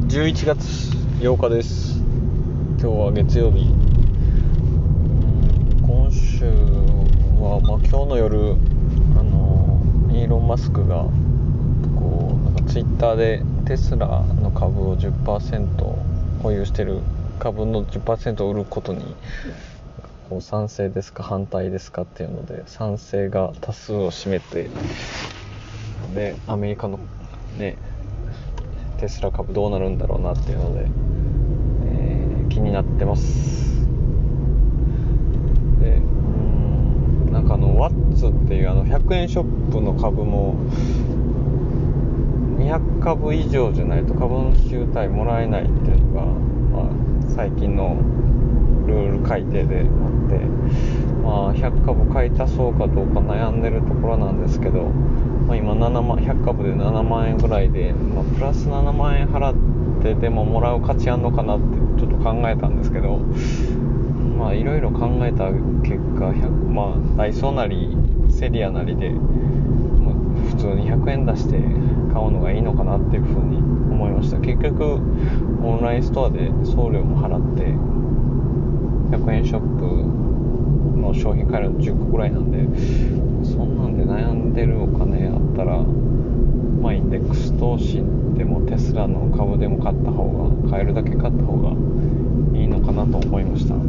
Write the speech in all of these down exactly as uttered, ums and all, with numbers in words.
じゅういちがつようかです。今日は月曜日。今週は、まあ、今日の夜あのイーロン・マスクがこうなんかツイッターでテスラの株を じゅっパーセント 保有してる株の じゅっパーセント を売ることにこう賛成ですか反対ですかっていうので、賛成が多数を占めて、でアメリカのねテスラ株どうなるんだろうなっていうので、えー、気になってます。で、うーんなんかあのワッツっていうあのひゃくえんショップの株もにひゃくかぶ以上じゃないと株主優待もらえないっていうのが、まあ、最近のルール改定であって、まあ、ひゃくかぶ買い足そうかどうか悩んでるところなんですけど、まあ、今ななまんひゃくかぶでななまんえんぐらいで、まあ、プラスななまんえん払ってでももらう価値あんのかなってちょっと考えたんですけど、まあいろいろ考えた結果ひゃくまあダイソーなりセリアなりで、まあ、普通にひゃくえん出して買うのがいいのかなっていうふうに思いました。結局オンラインストアで送料も払ってひゃくえんショップの商品買えるのじゅっこぐらいなんで、そんなんで悩んでるお金あったら、まあインデックス投資でもテスラの株でも買った方が、買えるだけ買った方がいいのかなと思いました。うー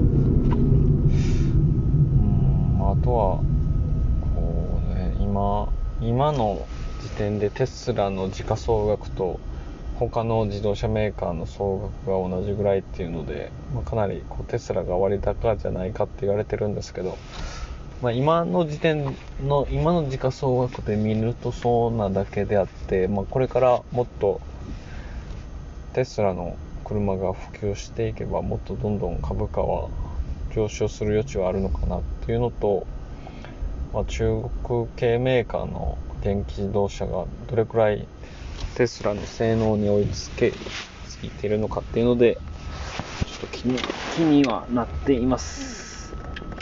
んあとはこうね、今今の時点でテスラの時価総額と他の自動車メーカーの総額が同じぐらいっていうので、まあ、かなりこうテスラが割高じゃないかって言われてるんですけど、まあ、今の時点の今の時価総額で見るとそうなだけであって、まあ、これからもっとテスラの車が普及していけばもっとどんどん株価は上昇する余地はあるのかなっていうのと、まあ、中国系メーカーの電気自動車がどれくらいテスラの性能に追いつけついているのかっていうのでちょっと気に気にはなっています。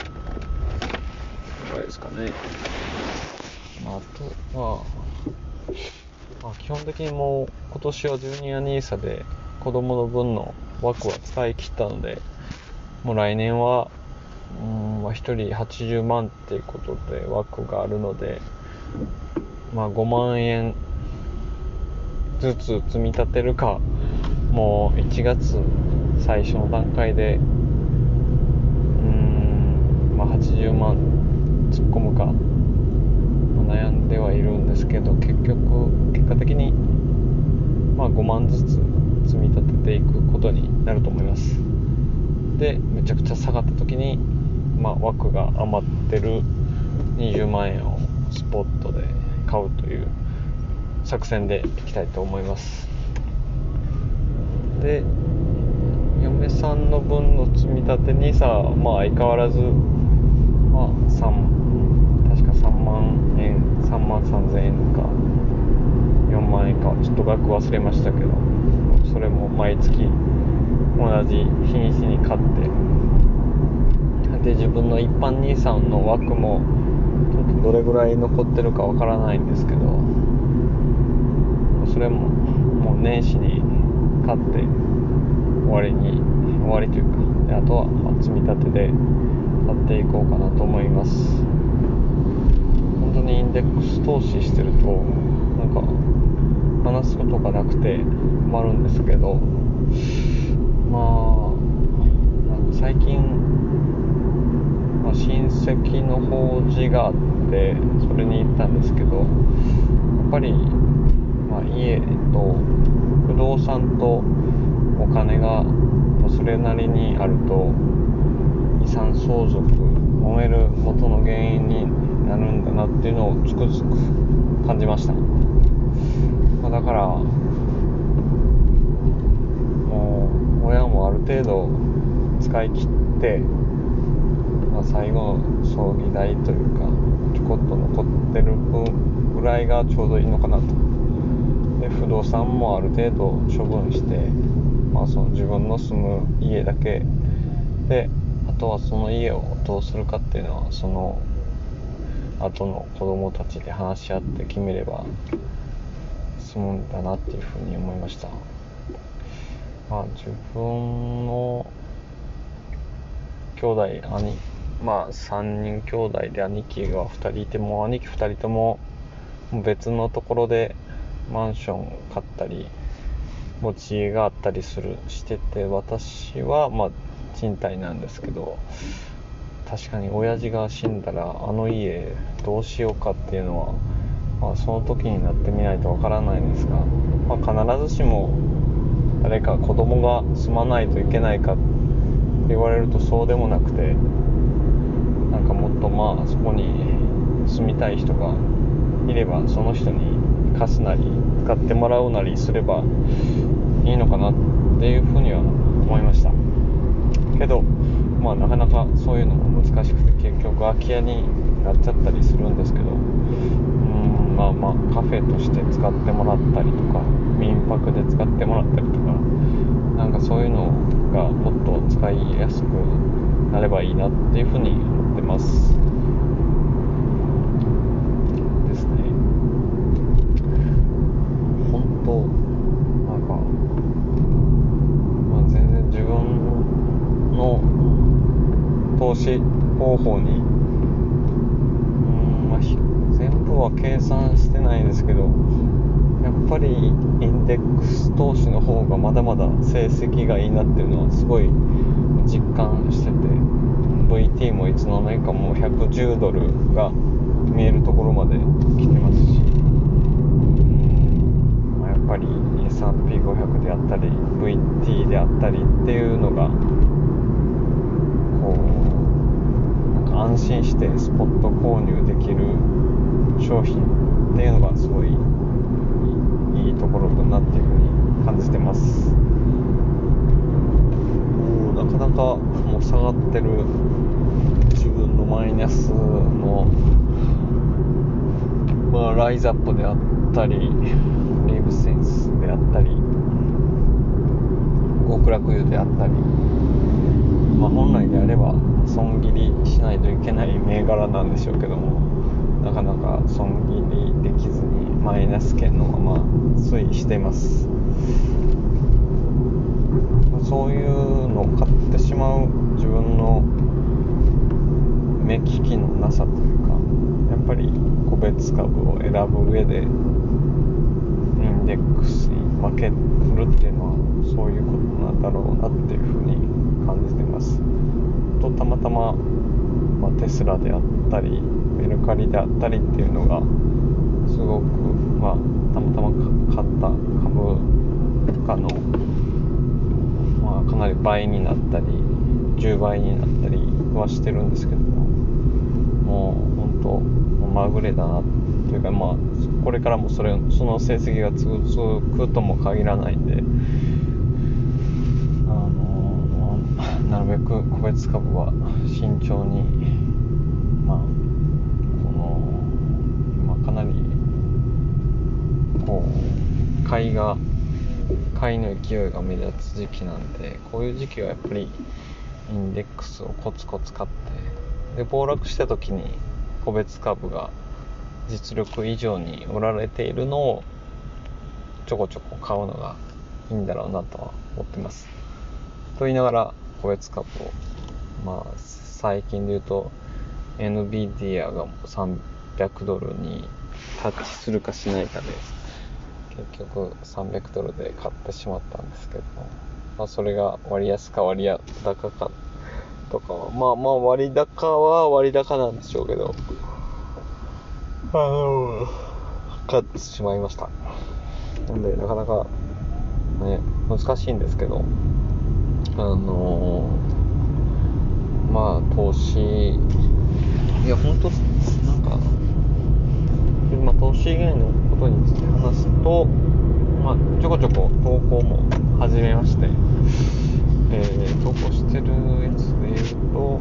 ぐらいですかね。まあ、あとは、まあ、基本的にもう今年はジュニアニーサで子供の分の枠は使い切ったので、もう来年はうーん、まあ、ひとりはちじゅうまんっていうことで枠があるので、まあごまんえんずつ積み立てるか、もういちがつ最初の段階でうーん、まあ、はちじゅうまん突っ込むか、まあ、悩んではいるんですけど、結局結果的にまあごまんずつ積み立てていくことになると思います。でめちゃくちゃ下がった時に、まあ、枠が余ってるにじゅうまんえんをスポットで買うという作戦でいきたいと思います。で嫁さんの分の積み立てニーサはまあ相変わらず、まあ、3確かさんまんえんさんまんさんぜんえんかよんまんえんかちょっと額忘れましたけど、それも毎月同じ日にちに買って、で自分の一般ニーサの枠もちょっとどれぐらい残ってるかわからないんですけど、それももう年始に買って終わりに終わりというか、であとは積み立てで買っていこうかなと思います。本当にインデックス投資してるとなんか話すことがなくて困るんですけど、まあなんか最近、まあ、親戚の法事があってそれに行ったんですけど、やっぱり、まあ、家と不動産とお金がそれなりにあると遺産相続揉める元の原因になるんだなっていうのをつくづく感じました。まあ、だからもう親もある程度使い切って、まあ、最後の葬儀代というかちょこっと残ってる分ぐらいがちょうどいいのかなと。で不動産もある程度処分して、まあ、その自分の住む家だけで、あとはその家をどうするかっていうのはその後の子供たちで話し合って決めれば済むんだなっていうふうに思いました。 まあ自分の兄弟兄まあさんにん兄弟で兄貴がふたりいても兄貴ふたりとも別のところでマンション買ったり持ち家があったりするしてて、私はまあ賃貸なんですけど、確かに親父が死んだらあの家どうしようかっていうのは、まあ、その時になってみないとわからないんですが、まあ、必ずしも誰か子供が住まないといけないかって言われるとそうでもなくて、なんかもっとまあそこに住みたい人がいればその人に貸すなり使ってもらうなりすればいいのかなっていうふうには思いましたけど、まあなかなかそういうのも難しくて結局空き家になっちゃったりするんですけど、うーんまあまあカフェとして使ってもらったりとか民泊で使ってもらったりとか、なんかそういうのがもっと使いやすくなればいいなっていうふうに思ってますですね。本当なんか、まあ、全然自分の投資方法にうーん、まあ、全部は計算してないですけど、やっぱりインデックス投資の方がまだまだ成績がいいなっていうのはすごい実感してて、 ブイティー もいつの間にかもうひゃくじゅうドルが見えるところまで来てますし、まあ、やっぱり エスアンドピーごひゃく であったり ブイティー であったりっていうのがこうなんか安心してスポット購入できる商品っていうのがすごいいいところだなっていうふうに感じてます。なかなかもう下がってる自分のマイナスの、まあ、ライズアップであったりレイブセンスであったり極楽湯であったり、まあ、本来であれば損切りしないといけない銘柄なんでしょうけども、なかなか損切りできずにマイナス圏のまま推移しています。そういうのを買ってしまう自分の目利きのなさというか、やっぱり個別株を選ぶ上でインデックスに負けるっていうのはそういうことなんだろうなっていうふうに感じています。とたまたま、まあ、テスラであったりメルカリであったりっていうのがすごく、まあ、たまたま買った株価のまあ、かなり倍になったりじゅうばいになったりはしてるんですけども、もう本当まぐれだなというか、まあこれからもそれその成績が続くとも限らないんで、あのなるべく個別株は慎重に、まあこの今かなりこう買いが買いの勢いが目立つ時期なんで、こういう時期はやっぱりインデックスをコツコツ買って、で暴落した時に個別株が実力以上に売られているのをちょこちょこ買うのがいいんだろうなとは思ってます。と言いながら個別株をまあ最近で言うと エヌビディア がさんびゃくドルにタッチするかしないかで結局さんびゃくドルで買ってしまったんですけど、まあ、それが割安か割高かとかはまあまあ割高は割高なんでしょうけど、あの買ってしまいました。なんでなかなかね難しいんですけど、あのー、まあ投資いや本当なんかまあ投資以外のことについて話すと、まあちょこちょこ投稿も始めまして、えー、投稿してるやつで言うと、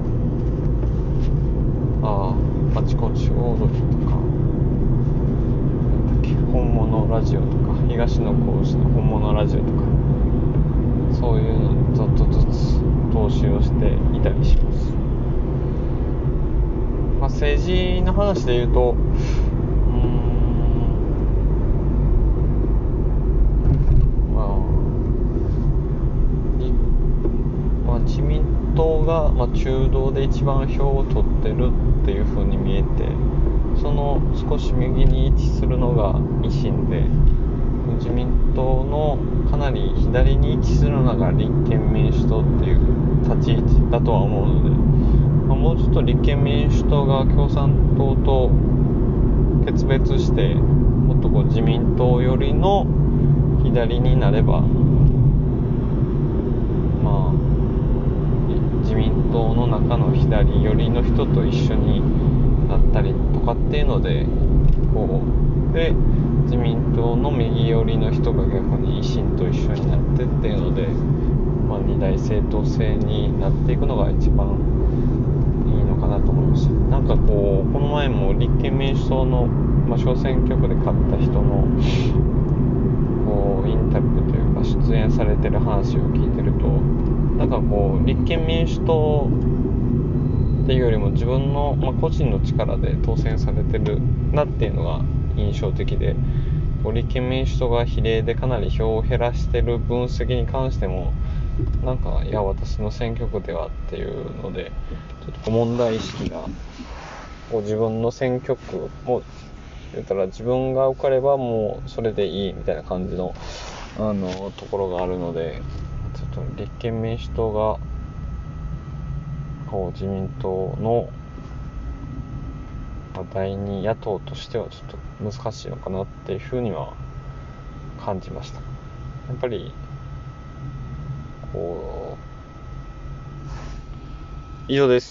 ああ、あちこちオードリーとか、本物ラジオとか、東野幸治の本物ラジオとか、そういうのにちょっとずつ投資をしていたりします。まあ政治の話で言うと、うーん、まあまあ、中道で一番票を取ってるっていう風に見えて、その少し右に位置するのが維新で、自民党のかなり左に位置するのが立憲民主党っていう立ち位置だとは思うので、まあ、もうちょっと立憲民主党が共産党と決別してもっとこう自民党寄りの左になれば、まあ自民党の中の左寄りの人と一緒になったりとかっていうので、こうで自民党の右寄りの人が逆に維新と一緒になってっていうので、まあ、二大政党制になっていくのが一番いいのかなと思います。なんかこうこの前も立憲民主党の、まあ、小選挙区で勝った人のこうインタビューというか出演されてる話を聞いてると、なんかこう立憲民主党っていうよりも自分の、まあ、個人の力で当選されてるなっていうのが印象的で、立憲民主党が比例でかなり票を減らしてる分析に関しても、なんかいや私の選挙区ではっていうのでちょっと問題意識がこう自分の選挙区も言ったら自分が受かればもうそれでいいみたいな感じのあのところがあるので、ちょっと立憲民主党がこう自民党の第二野党としてはちょっと難しいのかなっていうふうには感じました。やっぱりこう以上です。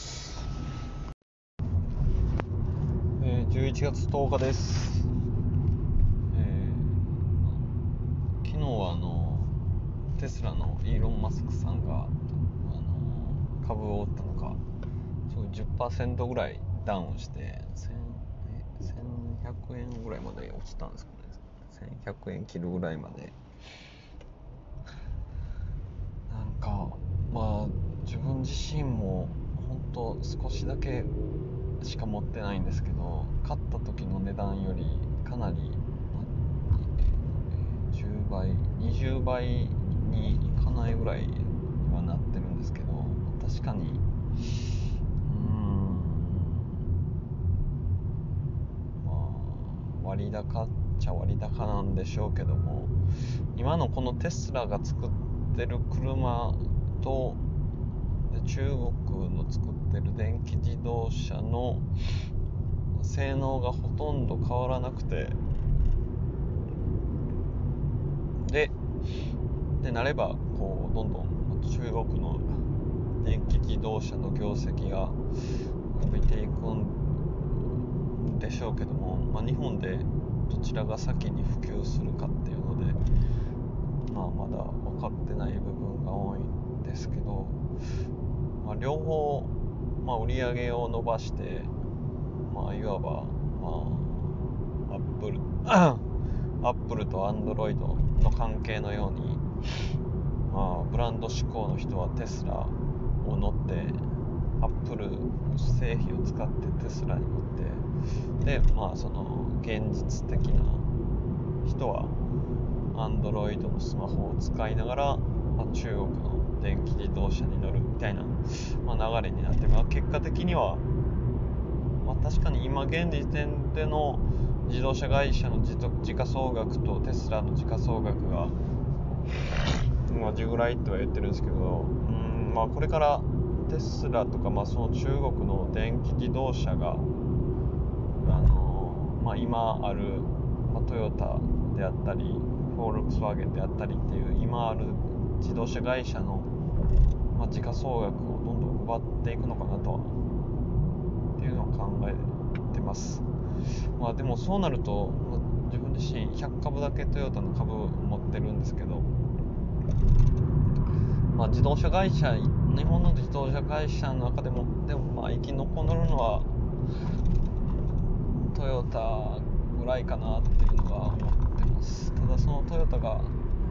えー、じゅういちがつとおかです。えー、昨日はあのテスラのイーロン・マスクさんがあの株を売ったのかすごい じゅっパーセント ぐらいダウンしてせんひゃくえんぐらいまで落ちたんですかね。せんひゃくえん切るぐらいまで。なんかまあ自分自身も本当少しだけしか持ってないんですけど、買った時の値段よりかなりじゅうばいにじゅうばいにいかないぐらいはなってるんですけど、確かにうーんまあ割高っちゃ割高なんでしょうけども、今のこのテスラが作ってる車と中国の作ってる電気自動車の性能がほとんど変わらなくて、ででなればこうどんどん中国の電気自動車の業績が伸びていくんでしょうけども、まあ、日本でどちらが先に普及するかっていうので、まあ、まだ分かってない部分が多いんですけど、まあ、両方、まあ、売り上げを伸ばして、まあ、いわば、まあ、アップルアップルとアンドロイドの関係のように、まあ、ブランド志向の人はテスラを乗ってアップル製品を使ってテスラに乗って、でまあその現実的な人はアンドロイドのスマホを使いながら、まあ、中国の電気自動車に乗るみたいな、まあ、流れになって、まあ、結果的には、まあ、確かに今現時点での自動車会社の時価総額とテスラの時価総額が同じぐらいっては言ってるんですけど、うーん、まあ、これからテスラとか、まあ、その中国の電気自動車が、あのまあ、今ある、まあ、トヨタであったりフォールクスワーゲンであったりっていう今ある自動車会社の、まあ、時価総額をどんどん奪っていくのかなとはっていうのを考えてます。まあ、でもそうなると、まあ、自分自身ひゃくかぶだけトヨタの株持ってるんですけど、まあ、自動車会社日本の自動車会社の中でもでもまあ生き残るのはトヨタぐらいかなっていうのが思ってます。ただそのトヨタが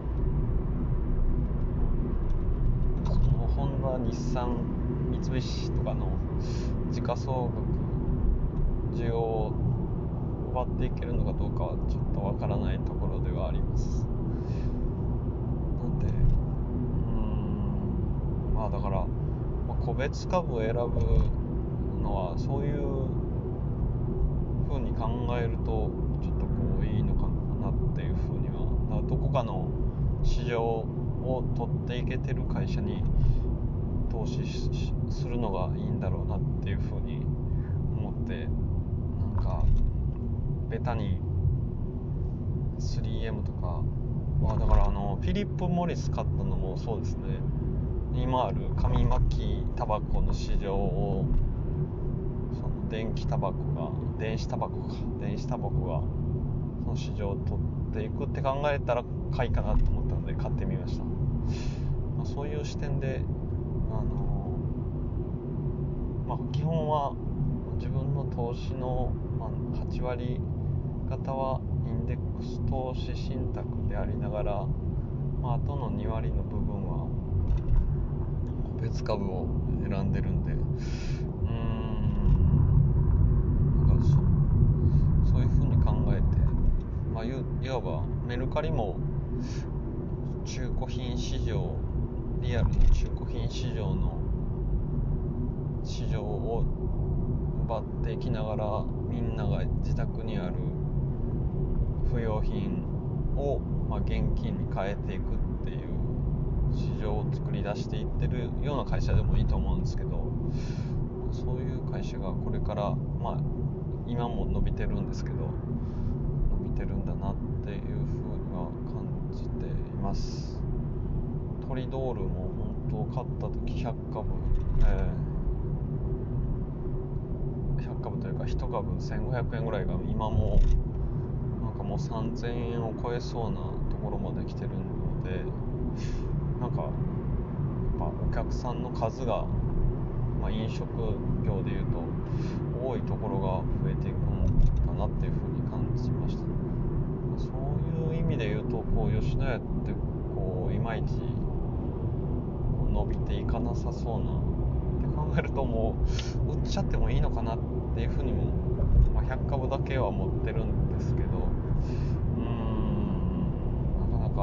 そのホンダ、日産、三菱とかの時価総額需要を奪っていけるのかどうかはちょっとわからないところではあります。なんでうーんまあだから、まあ、 個別株を選ぶのはそういう風に考えるとちょっとこういいのかなっていう風には、だからどこかの市場を取っていけてる会社に投資するのがいいんだろうなっていう風に思って、なんかベタに スリーエム とか、まあ、だからあのフィリップ・モリス買ったのもそうですね。今ある紙巻きタバコの市場をその電気タバコが電子タバコか電子タバコがその市場を取っていくって考えたら買いかなと思ったので買ってみました。まあ、そういう視点であのまあ基本は自分の投資のはち割方はインデックス投資信託でありながら、まあ、あとのに割の部分は個別株を選んでるんで、うーんなんか そ, そういう風に考えて、まあ、いわばメルカリも中古品市場、リアルの中古品市場の市場を奪っていきながら、みんなが自宅にある不用品を、まあ、現金に変えていくっていう市場を作り出していってるような会社でもいいと思うんですけど、そういう会社がこれから、まあ今も伸びてるんですけど伸びてるんだなっていうふうには感じています。トリドールも本当買った時ひゃくかぶ、えー、ひゃくかぶというかいち株せんごひゃくえんぐらいが今もなんかもうさんぜんえんを超えそうなところまで来てるので、なんかやっぱお客さんの数が、まあ、飲食業でいうと多いところが増えていくのかなっていうふうに感じました。そういう意味で言うとこう吉野家ってこういまいちこう伸びていかなさそうなって考えると、もう売っちゃってもいいのかなっていうふうにも、まあ、ひゃく株だけは持ってるんですけど、うーんなかなか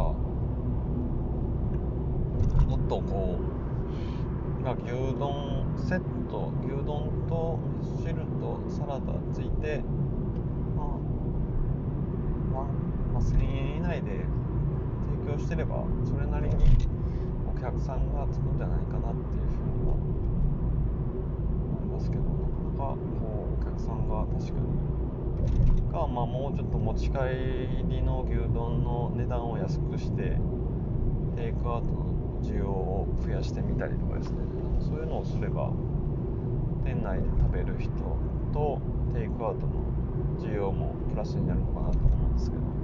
もっとこう、まあ、牛丼セット牛丼と汁とサラダついて、まあまあまあ、せんえん以内で提供してればそれなりにお客さんがつくんじゃないかなっていうふうには思いますけど、なかなかこうお客さんが確かにが、まあ、もうちょっと持ち帰りの牛丼の値段を安くしてテイクアウトの需要を増やしてみたりとかですね、そういうのをすれば店内で食べる人とテイクアウトの需要もプラスになるのかなと思うんですけど、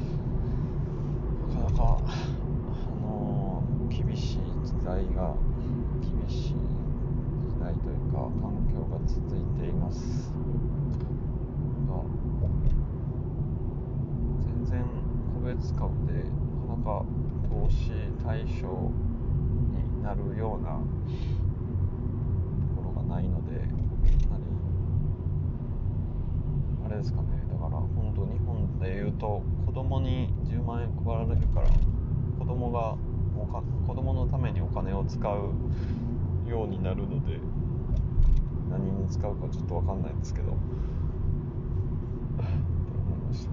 なかなか、あのー、厳しい時代が厳しい時代というか環境が続いていますが、全然個別株でなかなか投資対象になるようなところがないので、あれですかね、だから本当日本でいうと子供にじゅうまんえん配られるから子供がおか子供のためにお金を使うようになるので、何に使うかちょっと分かんないんですけどって思いました。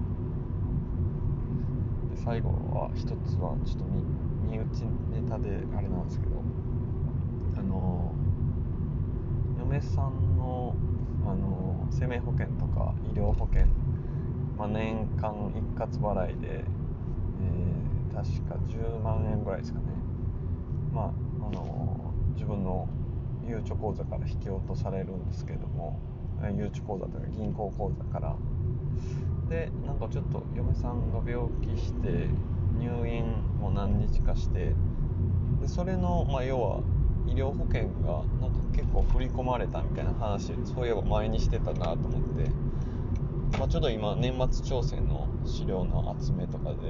で最後は一つはちょっと身内ネタであれなんですけど、あの嫁さんのあの生命保険とか医療保険、まあ、年間一括払いで、えー、確かじゅうまんえんぐらいですかね、まあ、あの自分のゆうちょ口座から引き落とされるんですけども、ゆうちょ口座というか銀行口座からで、なんかちょっと嫁さんが病気して入院も何日かして、でそれの、まあ、要は医療保険がなんか結構振り込まれたみたいな話、そういえば前にしてたなと思って、まあ、ちょうど今年末調整の資料の集めとかで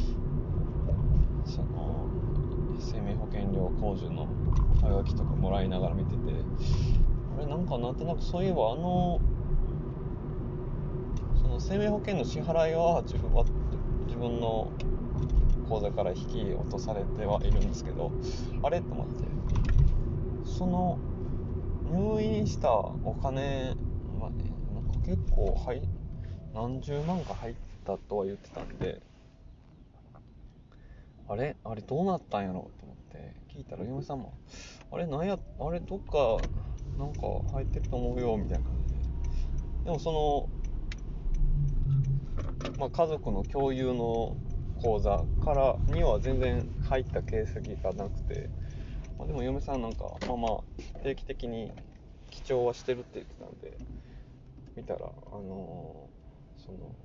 その生命保険料控除のハガキとかもらいながら見てて、あれなんかなんとなくそういえばあのその生命保険の支払いは自分は自分の口座から引き落とされてはいるんですけど、あれと思って、その入院したお金はね、なんか結構はい何十万か入ったとは言ってたんで、あれあれどうなったんやろうと思って聞いたら、嫁さんもあれなんやあれどっかなんか入ってると思うよみたいな感じで、でもその、まあ、家族の共有の口座からには全然入った形跡がなくて、まあ、でも嫁さんなんかまあまあ定期的に記帳はしてるって言ってたんで、見たらあのーその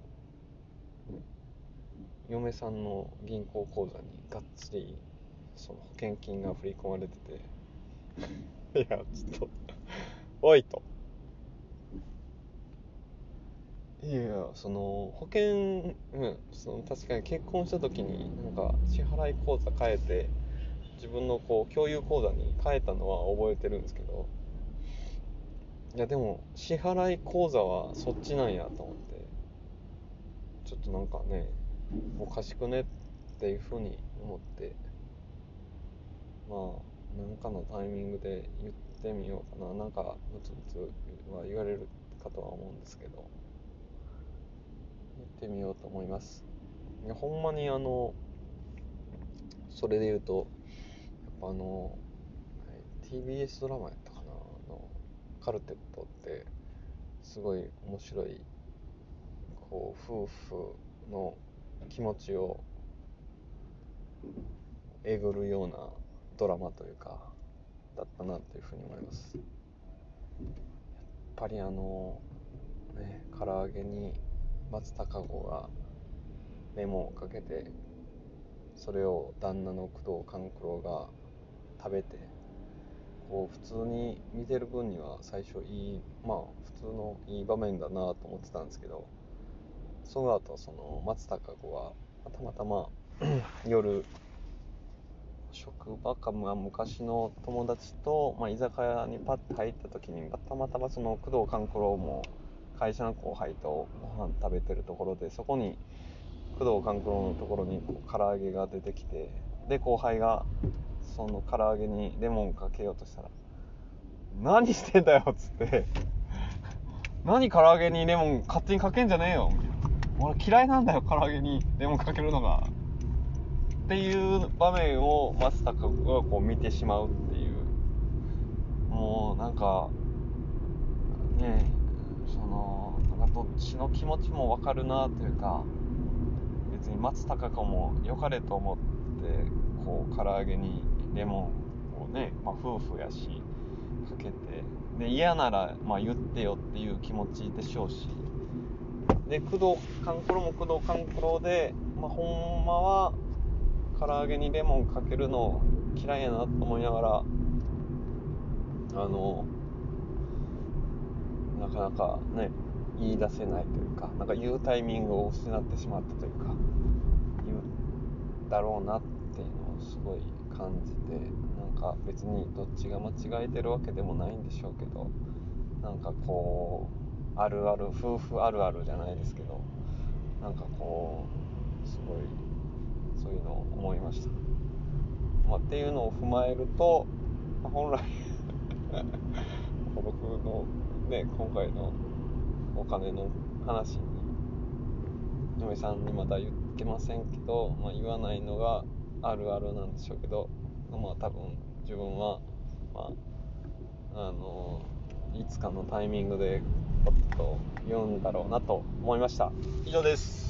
嫁さんの銀行口座にがっつりその保険金が振り込まれてて、いやちょっとおいと、いやいやその保険、うん、その確かに結婚した時になんか支払い口座変えて自分のこう共有口座に変えたのは覚えてるんですけど、いやでも支払い口座はそっちなんやと思って、ちょっとなんかねおかしくねっていうふうに思って、まあ何かのタイミングで言ってみようかな。なんかブツブツは言われるかとは思うんですけど、言ってみようと思います。いやほんまにあのそれで言うと、やっぱあの ティービーエス ドラマやったかな、あのカルテットってすごい面白い、こう夫婦の気持ちをえぐるようなドラマというかだったなというふうに思います。やっぱりあのね、唐揚げに松たか子がレモンをかけて、それを旦那の工藤官九郎が食べて、こう普通に見てる分には最初いい、まあ普通のいい場面だなと思ってたんですけど、その後その松たか子がたまたま夜職場か、まあ、昔の友達と、まあ、居酒屋にパッと入った時にたまたまその工藤官九郎も会社の後輩とご飯食べてるところで、そこに工藤官九郎のところにこう唐揚げが出てきて、で後輩がその唐揚げにレモンかけようとしたら、何してんだよっつって何唐揚げにレモン勝手にかけんじゃねえよみたいな、俺嫌いなんだよ唐揚げにレモンかけるのがっていう場面を松たか子がこう見てしまうっていう、もうなんかね、そのなんかどっちの気持ちも分かるなというか、別に松たか子も良かれと思ってこう唐揚げにレモンをね、まあ、夫婦やしかけて、で嫌ならまあ言ってよっていう気持ちでしょうし、で工藤官九郎も工藤官九郎で、まあ、ほんまは唐揚げにレモンかけるの嫌いやなと思いながら、あのなかなかね言い出せないというか、なんか言うタイミングを失ってしまったというか、言うだろうなっていうのをすごい感じて、なんか別にどっちが間違えてるわけでもないんでしょうけど、なんかこうあるある夫婦あるあるじゃないですけど、なんかこうすごいそういうのを思いました。まあ、っていうのを踏まえると、まあ、本来僕のね今回のお金の話に嫁さんにまだ言ってませんけど、まあ、言わないのがあるあるなんでしょうけど、まあ多分自分はまああのいつかのタイミングでポッと言うんだろうなと思いました。以上です。